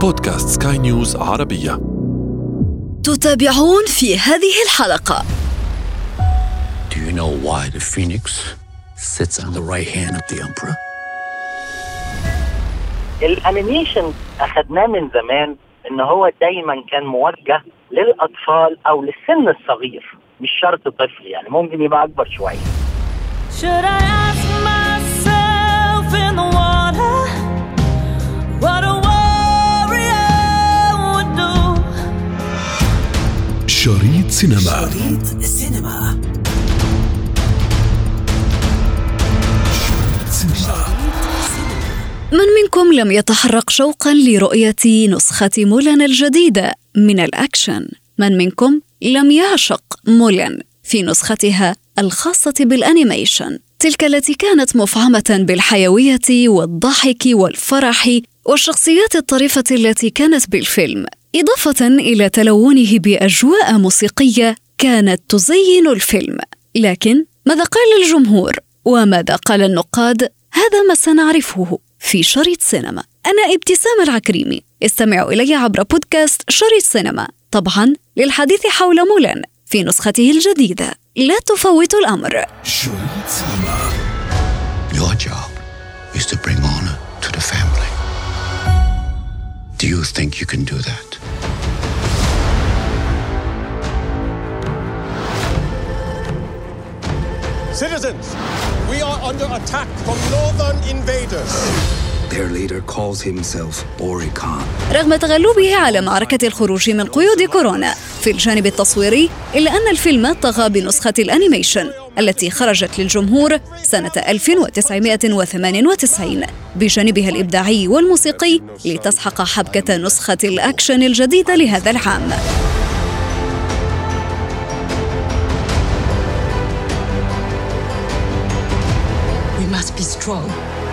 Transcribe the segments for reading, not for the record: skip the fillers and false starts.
بودكاست سكاي نيوز عربية. تتابعون في هذه الحلقة. Do you know why the phoenix sits on the right hand of the emperor? الانيميشن اخذناه من زمان ان هو دايما كان موجه للاطفال او للسن الصغير، مش شرط طفل، يعني ممكن يبقى اكبر شويه. Should I ask myself in the water what a warrior would do? شريط سينما. من منكم لم يتحرق شوقاً لرؤية نسخة مولان الجديدة من الأكشن؟ من منكم لم يعشق مولان في نسختها الخاصة بالأنيميشن، تلك التي كانت مفعمة بالحيوية والضحك والفرح والشخصيات الطريفة التي كانت بالفيلم، إضافة إلى تلونه بأجواء موسيقية كانت تزين الفيلم. لكن ماذا قال الجمهور وماذا قال النقاد؟ هذا ما سنعرفه في شريط سينما. أنا ابتسام العكريمي، استمعوا إلي عبر بودكاست شريط سينما، طبعاً للحديث حول مولان في نسخته الجديدة. لا تفوتوا الأمر. شريط سينما. Your job is to bring honor to the family. Do you think you can do that? Citizens, we are under attack from northern invaders. Their leader calls himself Ori Khan. رغم تغلبه على معركة الخروج من قيود كورونا في الجانب التصويري، إلا أن الفيلم طغى بنسخة الأنيميشن التي خرجت للجمهور سنة 1998 بجانبها الإبداعي والموسيقي لتسحق حبكة نسخة الأكشن الجديدة لهذا العام. We must be strong.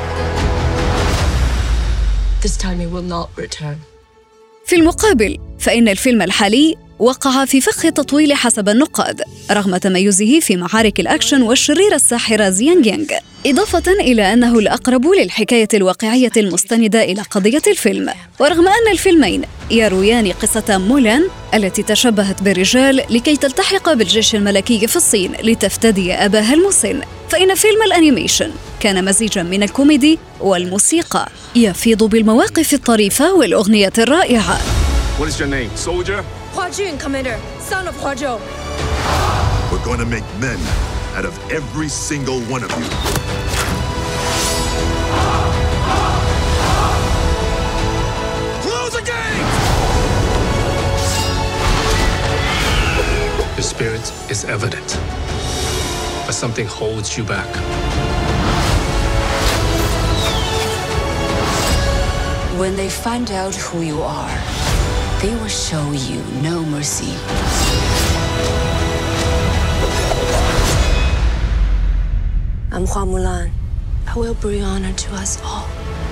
This time it will not return. في المقابل فإن الفيلم الحالي وقع في فخ التطويل حسب النقاد، رغم تميزه في معارك الأكشن والشريرة الساحرة زيانغ يانغ، إضافة إلى أنه الأقرب للحكاية الواقعية المستندة إلى قضية الفيلم. ورغم أن الفيلمين يرويان قصة مولان التي تشبهت بالرجال لكي تلتحق بالجيش الملكي في الصين لتفتدي أباها المسن، فإن فيلم الأنيميشن كان مزيجاً من الكوميدي والموسيقى، يفيض بالمواقف الطريفة والأغنية الرائعة. What is your name, soldier? Hua Jun, Commander, son of Hua Zhou. We're going to make men out of every single one of you. Close the gate! The spirit is evident, but something holds you back. When they find out who you are, they will show you no mercy. I'm Hua Mulan. I will bring honor to us all.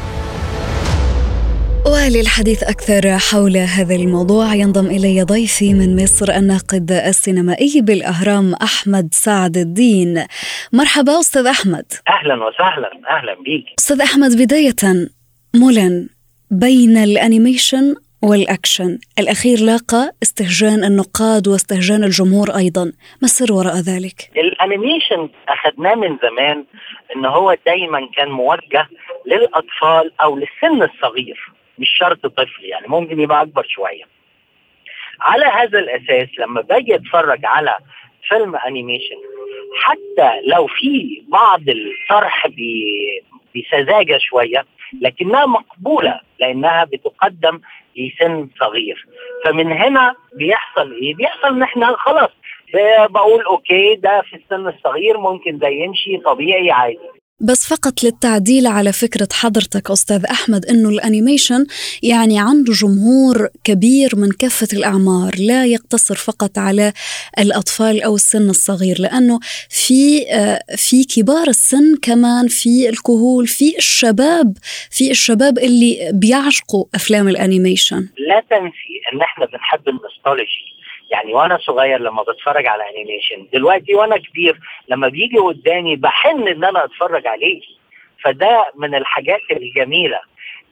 وللحديث أكثر حول هذا الموضوع ينضم إلي ضيفي من مصر الناقد السينمائي بالأهرام أحمد سعد الدين. مرحبا أستاذ أحمد. اهلا وسهلا، اهلا بيك. أستاذ أحمد، بداية مولان بين الأنيميشن والأكشن الأخير لاقى استهجان النقاد واستهجان الجمهور أيضا، ما السر وراء ذلك؟ الانيميشن اخذناه من زمان ان هو دايما كان موجه للاطفال او للسن الصغير، مش شرط طفل، يعني ممكن يبقى اكبر شويه. على هذا الاساس لما باجي اتفرج على فيلم انيميشن، حتى لو في بعض الطرح بسذاجه شويه، لكنها مقبوله لانها بتقدم لسن صغير. فمن هنا بيحصل ايه؟ بيحصل ان احنا خلاص بقول اوكي، ده في السن الصغير ممكن ده يمشي طبيعي عادي. بس فقط للتعديل على فكرة حضرتك أستاذ أحمد، إنه الأنيميشن يعني عنده جمهور كبير من كافة الأعمار، لا يقتصر فقط على الأطفال أو السن الصغير، لأنه في كبار السن كمان، في الكهول، في الشباب اللي بيعشقوا أفلام الأنيميشن. لا تنسي إن إحنا بنحب النوستالجي، يعني وانا صغير لما بتفرج على انيميشن، دلوقتي وانا كبير لما بيجي قدامي بحن ان انا اتفرج عليه. فده من الحاجات الجميلة.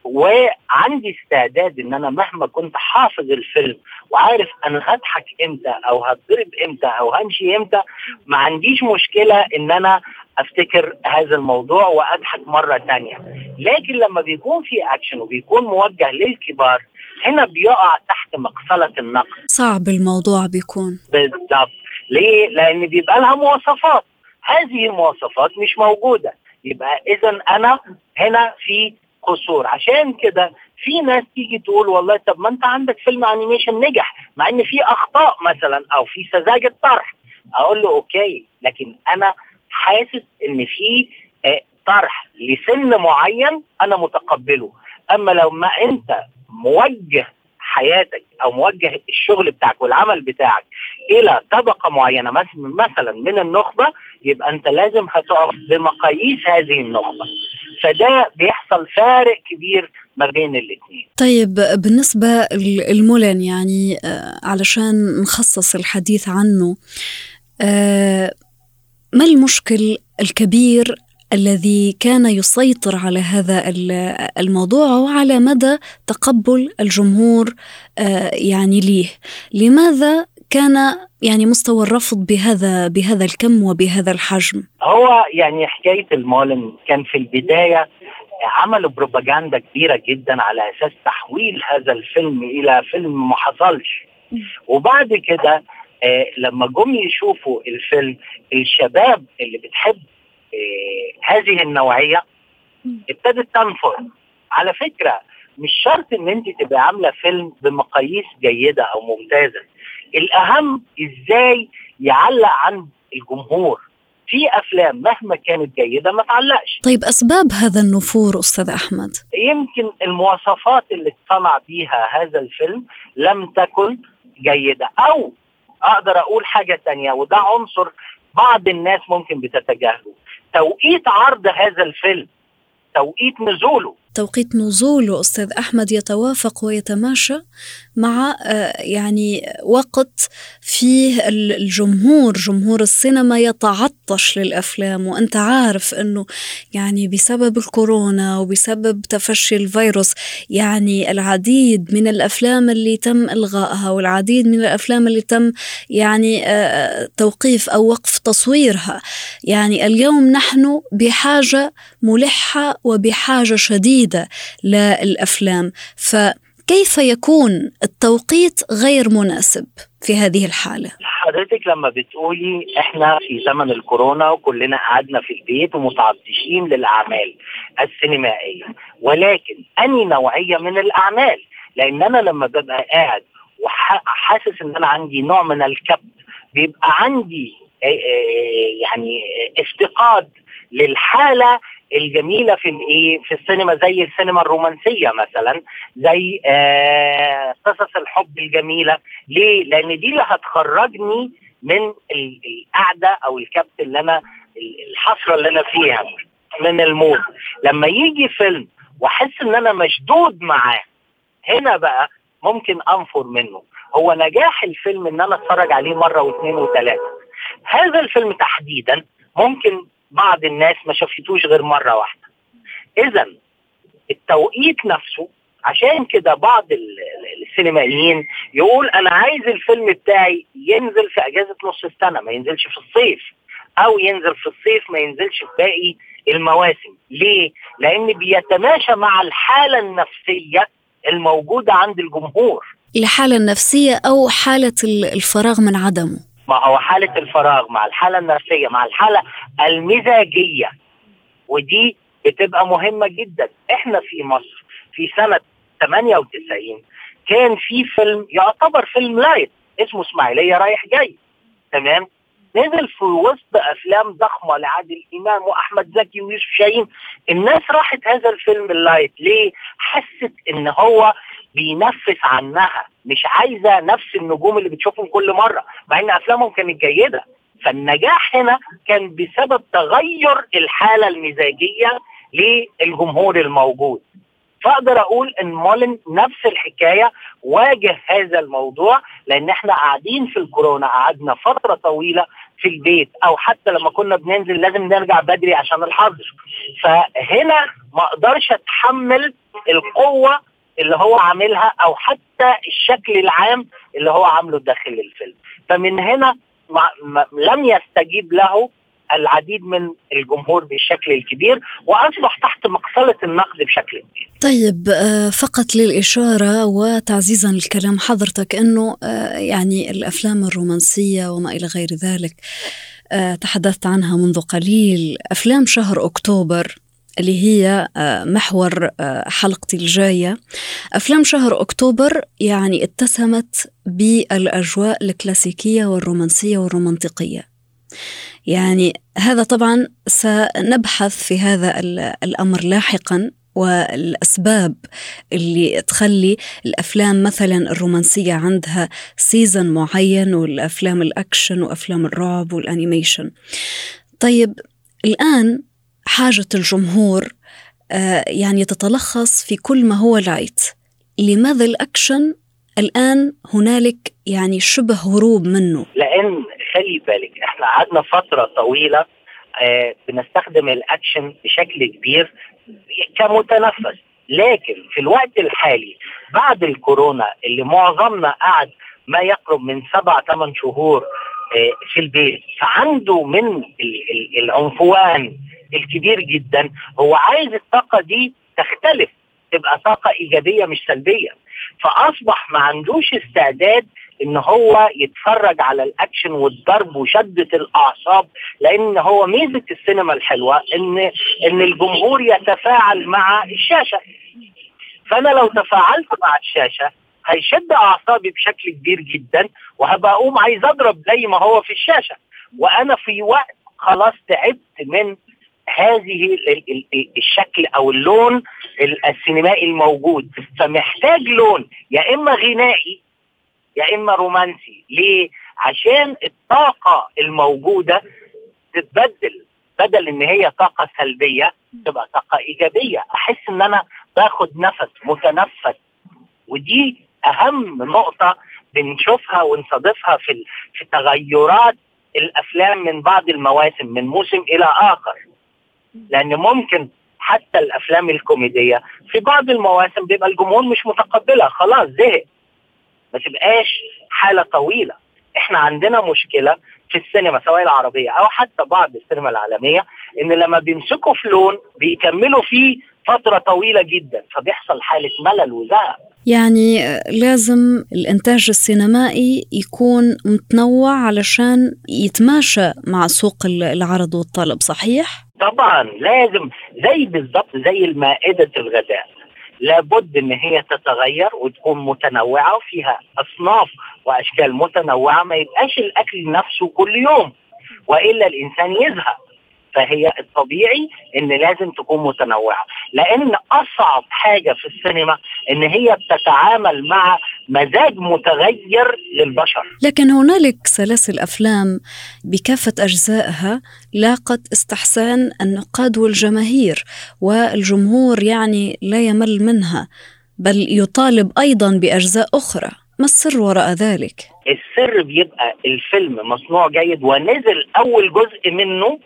وعندي استعداد ان انا مهما كنت حافظ الفيلم وعارف انا هضحك امتى او هتضرب امتى او همشي امتى، ما عنديش مشكلة ان انا افتكر هذا الموضوع واضحك مرة تانية. لكن لما بيكون في اكشن وبيكون موجه للكبار، هنا بيقع تحت مقصلة النقد. صعب الموضوع بيكون. بالضبط. ليه؟ لان بيبقى لها مواصفات، هذه المواصفات مش موجودة، يبقى اذا انا هنا في قصور. عشان كده في ناس تيجي تقول والله طب ما انت عندك فيلم انيميشن نجح مع ان في اخطاء مثلا او في سذاجة طرح. اقول له اوكي، لكن انا حاسس ان في طرح لسن معين انا متقبله. اما لو ما انت موجه حياتك او موجه الشغل بتاعك والعمل بتاعك الى طبقة معينة مثلا من النخبة، يبقى انت لازم هتقف بمقاييس هذه النخبة. فده بيحصل فارق كبير ما بين الاثنين. طيب بالنسبة لمولان، يعني علشان نخصص الحديث عنه، ما المشكل الكبير الذي كان يسيطر على هذا الموضوع وعلى مدى تقبل الجمهور يعني ليه؟ لماذا كان يعني مستوى الرفض بهذا الكم وبهذا الحجم؟ هو يعني حكاية المولن كان في البداية عملوا بروباغندا كبيرة جدا على أساس تحويل هذا الفيلم إلى فيلم ما حصلش. وبعد كده لما جم يشوفوا الفيلم، الشباب اللي بتحب هذه النوعية ابتدت تنفر. على فكرة مش شرط ان انت تبقى عاملة فيلم بمقاييس جيدة او ممتازة، الاهم ازاي يعلق عن الجمهور. في افلام مهما كانت جيدة ما تعلقش. طيب اسباب هذا النفور استاذ احمد؟ يمكن المواصفات اللي اتصنع بيها هذا الفيلم لم تكن جيدة، او اقدر اقول حاجة تانية وده عنصر بعض الناس ممكن بتتجاهله، توقيت عرض هذا الفيلم، توقيت نزوله أستاذ أحمد يتوافق ويتماشى مع يعني وقت فيه جمهور السينما يتعطش للأفلام. وأنت عارف أنه يعني بسبب الكورونا وبسبب تفشي الفيروس يعني العديد من الأفلام اللي تم إلغائها والعديد من الأفلام اللي تم يعني توقيف أو وقف تصويرها. يعني اليوم نحن بحاجة ملحة وبحاجة شديدة للأفلام، فكيف يكون التوقيت غير مناسب في هذه الحالة؟ حضرتك لما بتقولي احنا في زمن الكورونا وكلنا قعدنا في البيت ومتعطشين للأعمال السينمائية، ولكن أني نوعية من الأعمال؟ لأن أنا لما ببقى قاعد وحاسس ان أنا عندي نوع من الكبت، بيبقى عندي يعني افتقاد للحالة الجميلة في السينما، زي السينما الرومانسية مثلا، زي قصص الحب الجميلة. ليه؟ لأن دي اللي هتخرجني من القعدة أو الكبت اللي أنا الحسرة اللي أنا فيها من المود. لما يجي فيلم وأحس إن أنا مشدود معاه، هنا بقى ممكن أنفر منه. هو نجاح الفيلم إن أنا أتفرج عليه مرة واثنين وثلاثة. هذا الفيلم تحديدا ممكن بعض الناس ما شافتوش غير مرة واحدة. إذن التوقيت نفسه، عشان كده بعض السينمائيين يقول أنا عايز الفيلم بتاعي ينزل في أجازة نص السنة، ما ينزلش في الصيف، أو ينزل في الصيف ما ينزلش في باقي المواسم. ليه؟ لأن بيتماشى مع الحالة النفسية الموجودة عند الجمهور. الحالة النفسية أو حالة الفراغ من عدمه؟ ما هو حالة الفراغ مع الحالة النفسية مع الحالة المزاجية، ودي بتبقى مهمة جدا. احنا في مصر في سنة 98 كان في فيلم يعتبر فيلم لايت اسمه اسماعيلية رايح جاي، تمام؟ نزل في وسط أفلام ضخمة لعادل إمام وأحمد زكي ويوسف شاهين. الناس راحت هذا الفيلم اللايت ليه؟ حست إن هو بينفس عنها، مش عايزة نفس النجوم اللي بتشوفهم كل مرة، مع إن أفلامهم كانت جيدة. فالنجاح هنا كان بسبب تغير الحالة المزاجية للجمهور الموجود. فأقدر أقول إن مولن نفس الحكاية واجه هذا الموضوع، لأن احنا قاعدين في الكورونا قعدنا فترة طويلة في البيت، أو حتى لما كنا بننزل لازم نرجع بدري عشان الحظر. فهنا ما أقدرش أتحمل القوة اللي هو عاملها أو حتى الشكل العام اللي هو عامله داخل الفيلم. فمن هنا لم يستجيب له العديد من الجمهور بالشكل الكبير، وأصبح تحت مقصلة النقد بشكل كبير. طيب فقط للإشارة وتعزيزا الكلام حضرتك أنه يعني الأفلام الرومانسية وما إلى غير ذلك تحدثت عنها منذ قليل. أفلام شهر أكتوبر اللي هي محور حلقتي الجاية، أفلام شهر أكتوبر يعني اتسمت بالأجواء الكلاسيكية والرومانسية والرومانتيقية. يعني هذا طبعا سنبحث في هذا الأمر لاحقا، والأسباب اللي تخلي الأفلام مثلا الرومانسية عندها سيزن معين، والأفلام الأكشن وأفلام الرعب والأنيميشن. طيب الآن حاجة الجمهور يعني تتلخص في كل ما هو لايت. لماذا الأكشن الآن هنالك يعني شبه هروب منه؟ لأن خلي بالك احنا قعدنا فترة طويلة بنستخدم الأكشن بشكل كبير كمتنفس، لكن في الوقت الحالي بعد الكورونا اللي معظمنا قعد ما يقرب من 7-8 شهور في البيت، فعنده من العنفوان الكبير جدا، هو عايز الطاقة دي تختلف تبقى طاقة إيجابية مش سلبية. فأصبح ما عندوش استعداد إن هو يتفرج على الأكشن والضرب وشدة الأعصاب، لأن هو ميزة السينما الحلوة إن الجمهور يتفاعل مع الشاشة. فأنا لو تفاعلت مع الشاشة هيشد أعصابي بشكل كبير جدا، وهبقى أقوم عايز أضرب زي ما هو في الشاشة، وأنا في وقت خلاص تعبت من هذه الشكل أو اللون السينمائي الموجود. فمحتاج لون يا إما غنائي يا إما رومانسي. ليه؟ عشان الطاقة الموجودة تتبدل، بدل إن هي طاقة سلبية تبقى طاقة إيجابية، أحس إن أنا باخد نفس متنفس. ودي أهم نقطة بنشوفها ونصادفها في تغيرات الأفلام من بعض المواسم من موسم إلى آخر. لأن ممكن حتى الأفلام الكوميدية في بعض المواسم بيبقى الجمهور مش متقبلها، خلاص زهق، ما تبقاش حالة طويلة. احنا عندنا مشكلة في السينما سواء العربية أو حتى بعض السينما العالمية، إن لما بيمسكوا في لون بيكملوا فيه فترة طويلة جدا، فبيحصل حالة ملل وزهق. يعني لازم الإنتاج السينمائي يكون متنوع علشان يتماشى مع سوق العرض والطلب، صحيح؟ طبعا لازم، زي بالضبط زي المائدة الغذاء، لابد ان هي تتغير وتكون متنوعة وفيها اصناف واشكال متنوعة، ما يبقاش الاكل نفسه كل يوم والا الانسان يزهق. فهي الطبيعي ان لازم تكون متنوعة، لان اصعب حاجة في السينما ان هي بتتعامل مع مزاج متغير للبشر. لكن هنالك سلاسل افلام بكافة اجزائها لاقت استحسان النقاد والجماهير، والجمهور يعني لا يمل منها، بل يطالب ايضا باجزاء اخرى. ما السر وراء ذلك؟ السر بيبقى الفيلم مصنوع جيد ونزل اول جزء منه،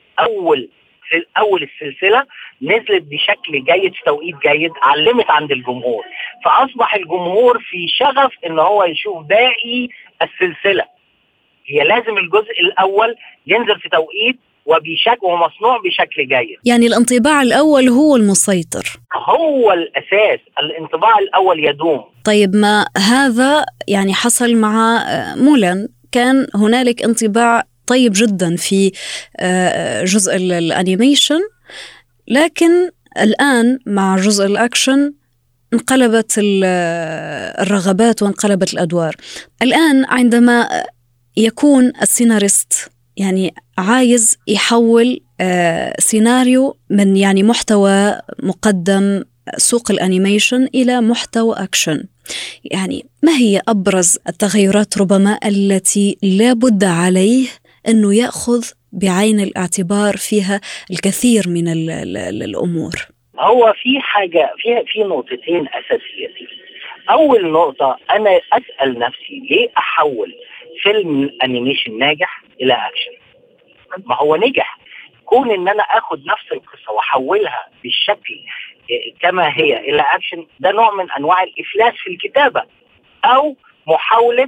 أول السلسلة نزلت بشكل جيد في توقيت جيد، علمت عند الجمهور، فأصبح الجمهور في شغف إن هو يشوف باقي السلسلة. هي لازم الجزء الأول ينزل في توقيت ومصنوع بشكل جيد. يعني الانطباع الأول هو المسيطر، هو الأساس، الانطباع الأول يدوم. طيب ما هذا يعني حصل مع مولان، كان هنالك انطباع طيب جدا في جزء الانيميشن، لكن الآن مع جزء الأكشن انقلبت الرغبات وانقلبت الأدوار. الآن عندما يكون السيناريست يعني عايز يحول سيناريو من يعني محتوى مقدم سوق الانيميشن إلى محتوى أكشن، يعني ما هي أبرز التغيرات ربما التي لا بد عليه أنه يأخذ بعين الاعتبار فيها الكثير من الأمور؟ هو في حاجة في نقطتين أساسيتين. أول نقطة، أنا أسأل نفسي ليه أحول فيلم أنيميشن ناجح إلى أكشن؟ ما هو نجح. كون إن أنا أخد نفس القصة وأحولها بالشكل كما هي إلى أكشن، ده نوع من أنواع الإفلاس في الكتابة أو محاولة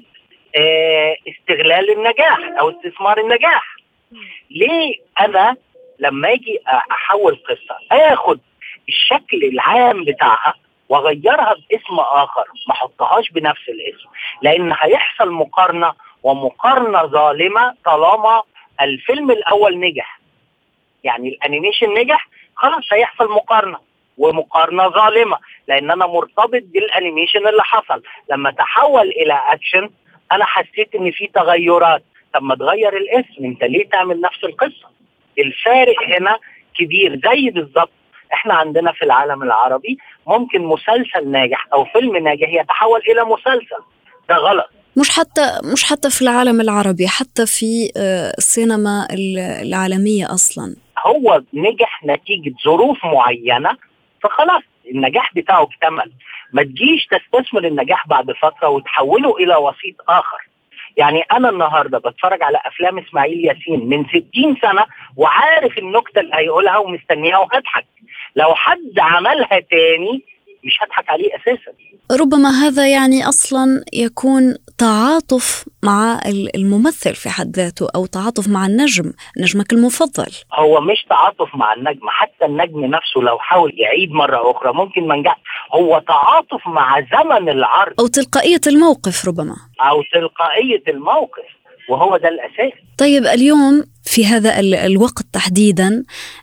استغلال النجاح أو استثمار النجاح. ليه أنا لما أجي أحول قصة أخد الشكل العام بتاعها وغيرها باسم آخر، ما حطهاش بنفس الاسم؟ لأن هيحصل مقارنة، ومقارنة ظالمة طالما الفيلم الأول نجح. يعني الأنيميشن نجح، خلاص هيحصل مقارنة، ومقارنة ظالمة لأن أنا مرتبط بالأنيميشن اللي حصل. لما تحول إلى أكشن أنا حسيت إن في تغيرات. طب ما تغير الاسم، أنت ليه تعمل نفس القصة؟ الفارق هنا كبير. زي بالضبط احنا عندنا في العالم العربي ممكن مسلسل ناجح او فيلم ناجح يتحول الى مسلسل، ده غلط. مش حتى في العالم العربي، حتى في السينما العالمية اصلا هو نجح نتيجة ظروف معينة، فخلاص النجاح بتاعه اكتمل. ما تجيش تستثمر النجاح بعد فترة وتحوله الى وسيط اخر. يعني أنا النهاردة بتفرج على أفلام إسماعيل ياسين من 60 سنة وعارف النكتة اللي هيقولها ومستنيها وهضحك. لو حد عملها تاني مش هضحك عليه أساسا. ربما هذا يعني أصلا يكون تعاطف مع الممثل في حد ذاته، أو تعاطف مع نجمك المفضل. هو مش تعاطف مع النجم، حتى النجم نفسه لو حاول يعيد مرة أخرى ممكن ما نجح. هو تعاطف مع زمن العرض أو تلقائية الموقف، ربما أو تلقائية الموقف، وهو ده الأساس. طيب اليوم في هذا الوقت تحديدا،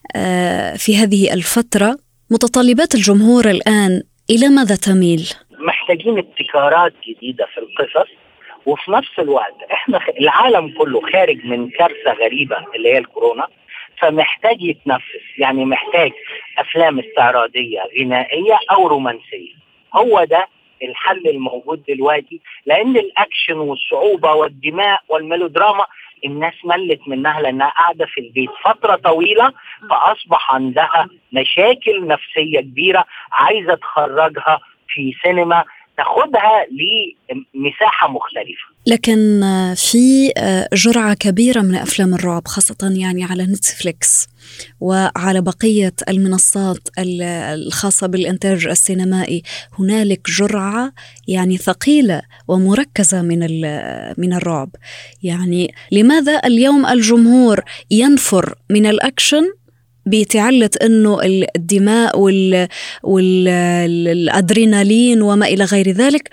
في هذه الفترة، متطلبات الجمهور الآن إلى ماذا تميل؟ محتاجين ابتكارات جديدة في القصص، وفي نفس الوقت احنا العالم كله خارج من كارثة غريبة اللي هي الكورونا، فمحتاج يتنفس. يعني محتاج أفلام استعراضية غنائية أو رومانسية. هو ده الحل الموجود دلوقتي، لأن الأكشن والصعوبة والدماء والميلودراما الناس ملت منها لأنها قاعدة في البيت فترة طويلة، فأصبح عندها مشاكل نفسية كبيرة عايزة تخرجها في سينما تاخدها لمساحة مختلفة. لكن في جرعة كبيرة من أفلام الرعب، خاصة يعني على نتفليكس وعلى بقية المنصات الخاصة بالإنتاج السينمائي. هنالك جرعة يعني ثقيلة ومركزة من الرعب. يعني لماذا اليوم الجمهور ينفر من الأكشن بتعلة أنه الدماء والأدرينالين وما إلى غير ذلك،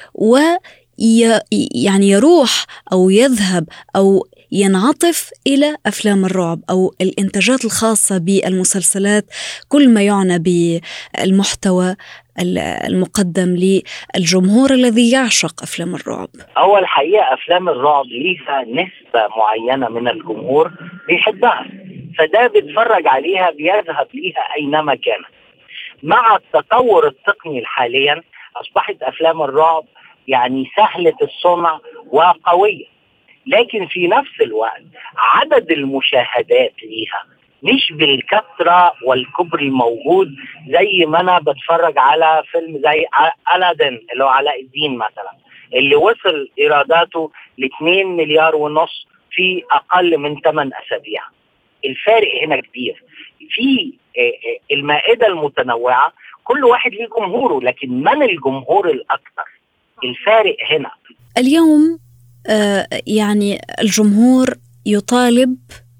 يعني يروح أو يذهب أو ينعطف إلى أفلام الرعب أو الإنتاجات الخاصة بالمسلسلات، كل ما يعنى بالمحتوى المقدم للجمهور الذي يعشق أفلام الرعب؟ أول حقيقة أفلام الرعب ليها نسبة معينة من الجمهور بيحبها، فده بيتفرج عليها بيذهب ليها أينما كانت. مع التطور التقني حاليا أصبحت أفلام الرعب يعني سهلة الصنع وقوية، لكن في نفس الوقت عدد المشاهدات ليها مش بالكثرة والكبر الموجود زي ما أنا بتفرج على فيلم زي ألادين اللي هو علاء الدين مثلا، اللي وصل إيراداته ل2.5 مليار في أقل من 8 أسابيع. الفارق هنا كبير. في المائدة المتنوعة كل واحد ليه جمهوره، لكن من الجمهور الأكثر؟ الفارق هنا اليوم يعني الجمهور يطالب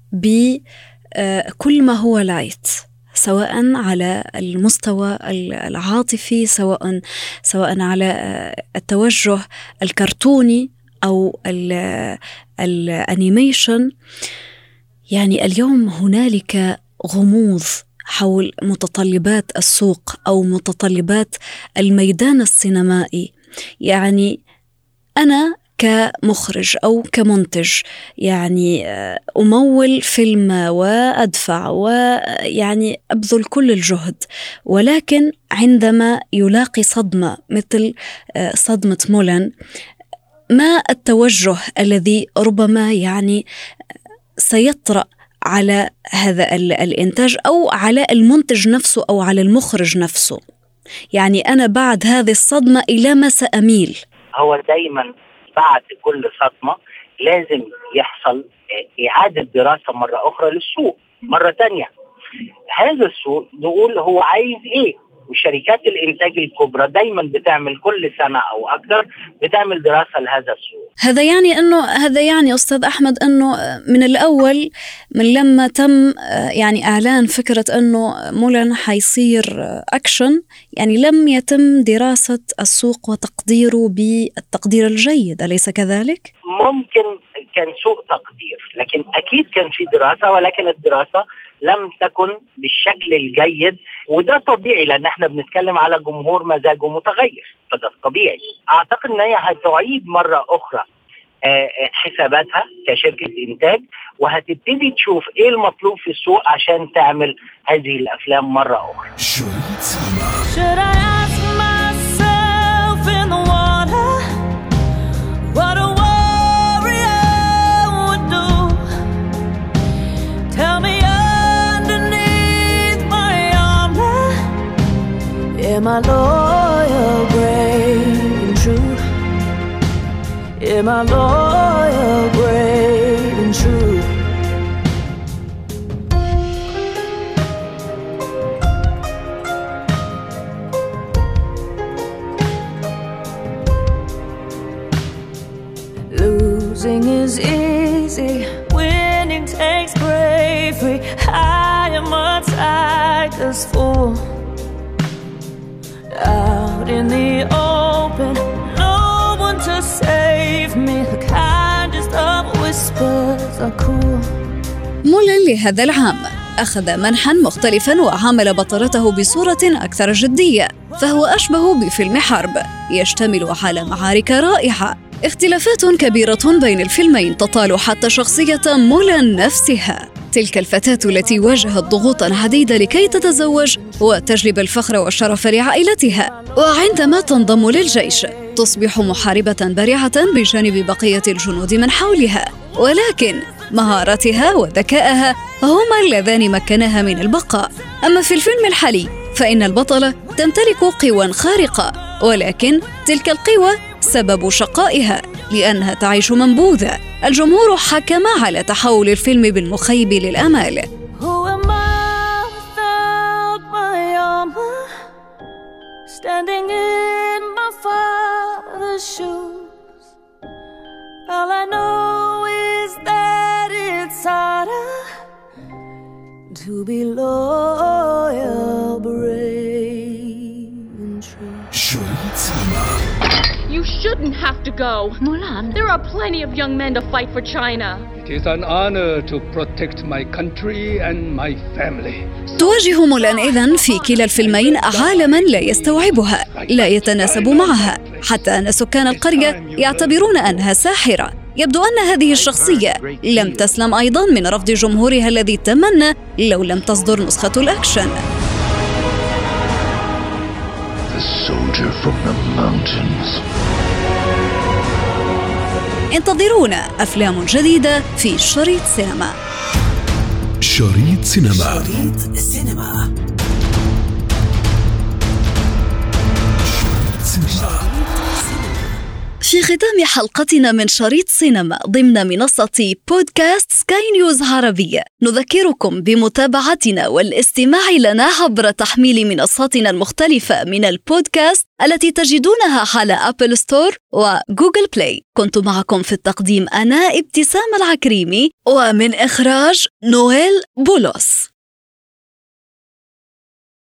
بكل ما هو لايت، سواء على المستوى العاطفي، سواء على التوجه الكرتوني أو الأنيميشن. يعني اليوم هنالك غموض حول متطلبات السوق أو متطلبات الميدان السينمائي. يعني أنا كمخرج أو كمنتج يعني أمول فيلم وأدفع ويعني أبذل كل الجهد، ولكن عندما يلاقي صدمة مثل صدمة مولان، ما التوجه الذي ربما يعني سيطرأ على هذا الإنتاج أو على المنتج نفسه أو على المخرج نفسه؟ يعني أنا بعد هذه الصدمة إلى ما سأميل؟ هو دايما بعد كل صدمة لازم يحصل إعادة دراسة مرة أخرى للسوق مرة تانية. هذا السوق نقول هو عايز إيه، وشركات الإنتاج الكبرى دايما بتعمل كل سنة أو أكثر بتعمل دراسة لهذا السوق. هذا يعني أستاذ أحمد أنه من الأول من لما تم يعني إعلان فكرة أنه مولان حيصير أكشن، يعني لم يتم دراسة السوق وتقديره بالتقدير الجيد، أليس كذلك؟ ممكن كان سوء تقدير، لكن أكيد كان في دراسة، ولكن الدراسة لم تكن بالشكل الجيد، وده طبيعي لأن احنا بنتكلم على جمهور مزاجه متغير، فده طبيعي. أعتقد أن هي هتعيد مرة أخرى حساباتها كشركة إنتاج، وهتبتدي تشوف إيه المطلوب في السوق عشان تعمل هذه الأفلام مرة أخرى. Am I loyal, brave and true? Am I loyal, brave and true? Losing is easy, winning takes bravery. I am a tiger's fool. Out in the open, no one to save me. The kindest of whispers are cool. مولان لهذا العام أخذ منحا مختلفا وعامل بطلته بصورة أكثر جدية، فهو أشبه بفيلم حرب يشتمل على معارك رائعة. اختلافات كبيرة بين الفيلمين تطال حتى شخصية مولان نفسها، تلك الفتاة التي واجهت ضغوطاً عديدة لكي تتزوج وتجلب الفخر والشرف لعائلتها، وعندما تنضم للجيش تصبح محاربة بارعة بجانب بقية الجنود من حولها، ولكن مهارتها وذكائها هما اللذان مكناها من البقاء. أما في الفيلم الحالي فإن البطلة تمتلك قوى خارقة، ولكن تلك القوى سبب شقائها لأنها تعيش منبوذة. الجمهور حكم على تحول الفيلم بالمخيب للآمال. You shouldn't have to go. Mulan, there are plenty of young men to fight for China. It is an honor to protect my country and my family. تواجه مولان إذن في كلا الفيلمين عالماً لا يستوعبها، لا يتناسب معها، حتى أن سكان القرية يعتبرون أنها ساحرة. يبدو أن هذه الشخصية لم تسلم أيضاً من رفض جمهورها الذي تمنى لو لم تصدر نسخة الأكشن. Soldier from the mountains. انتظرونا أفلام جديدة في شريط سينما. شريط سينما. في ختام حلقتنا من شريط سينما ضمن منصة بودكاست سكاي نيوز عربية، نذكركم بمتابعتنا والاستماع لنا عبر تحميل منصاتنا المختلفة من البودكاست التي تجدونها على أبل ستور وجوجل بلاي. كنت معكم في التقديم أنا ابتسام العكريمي، ومن إخراج نويل بولوس.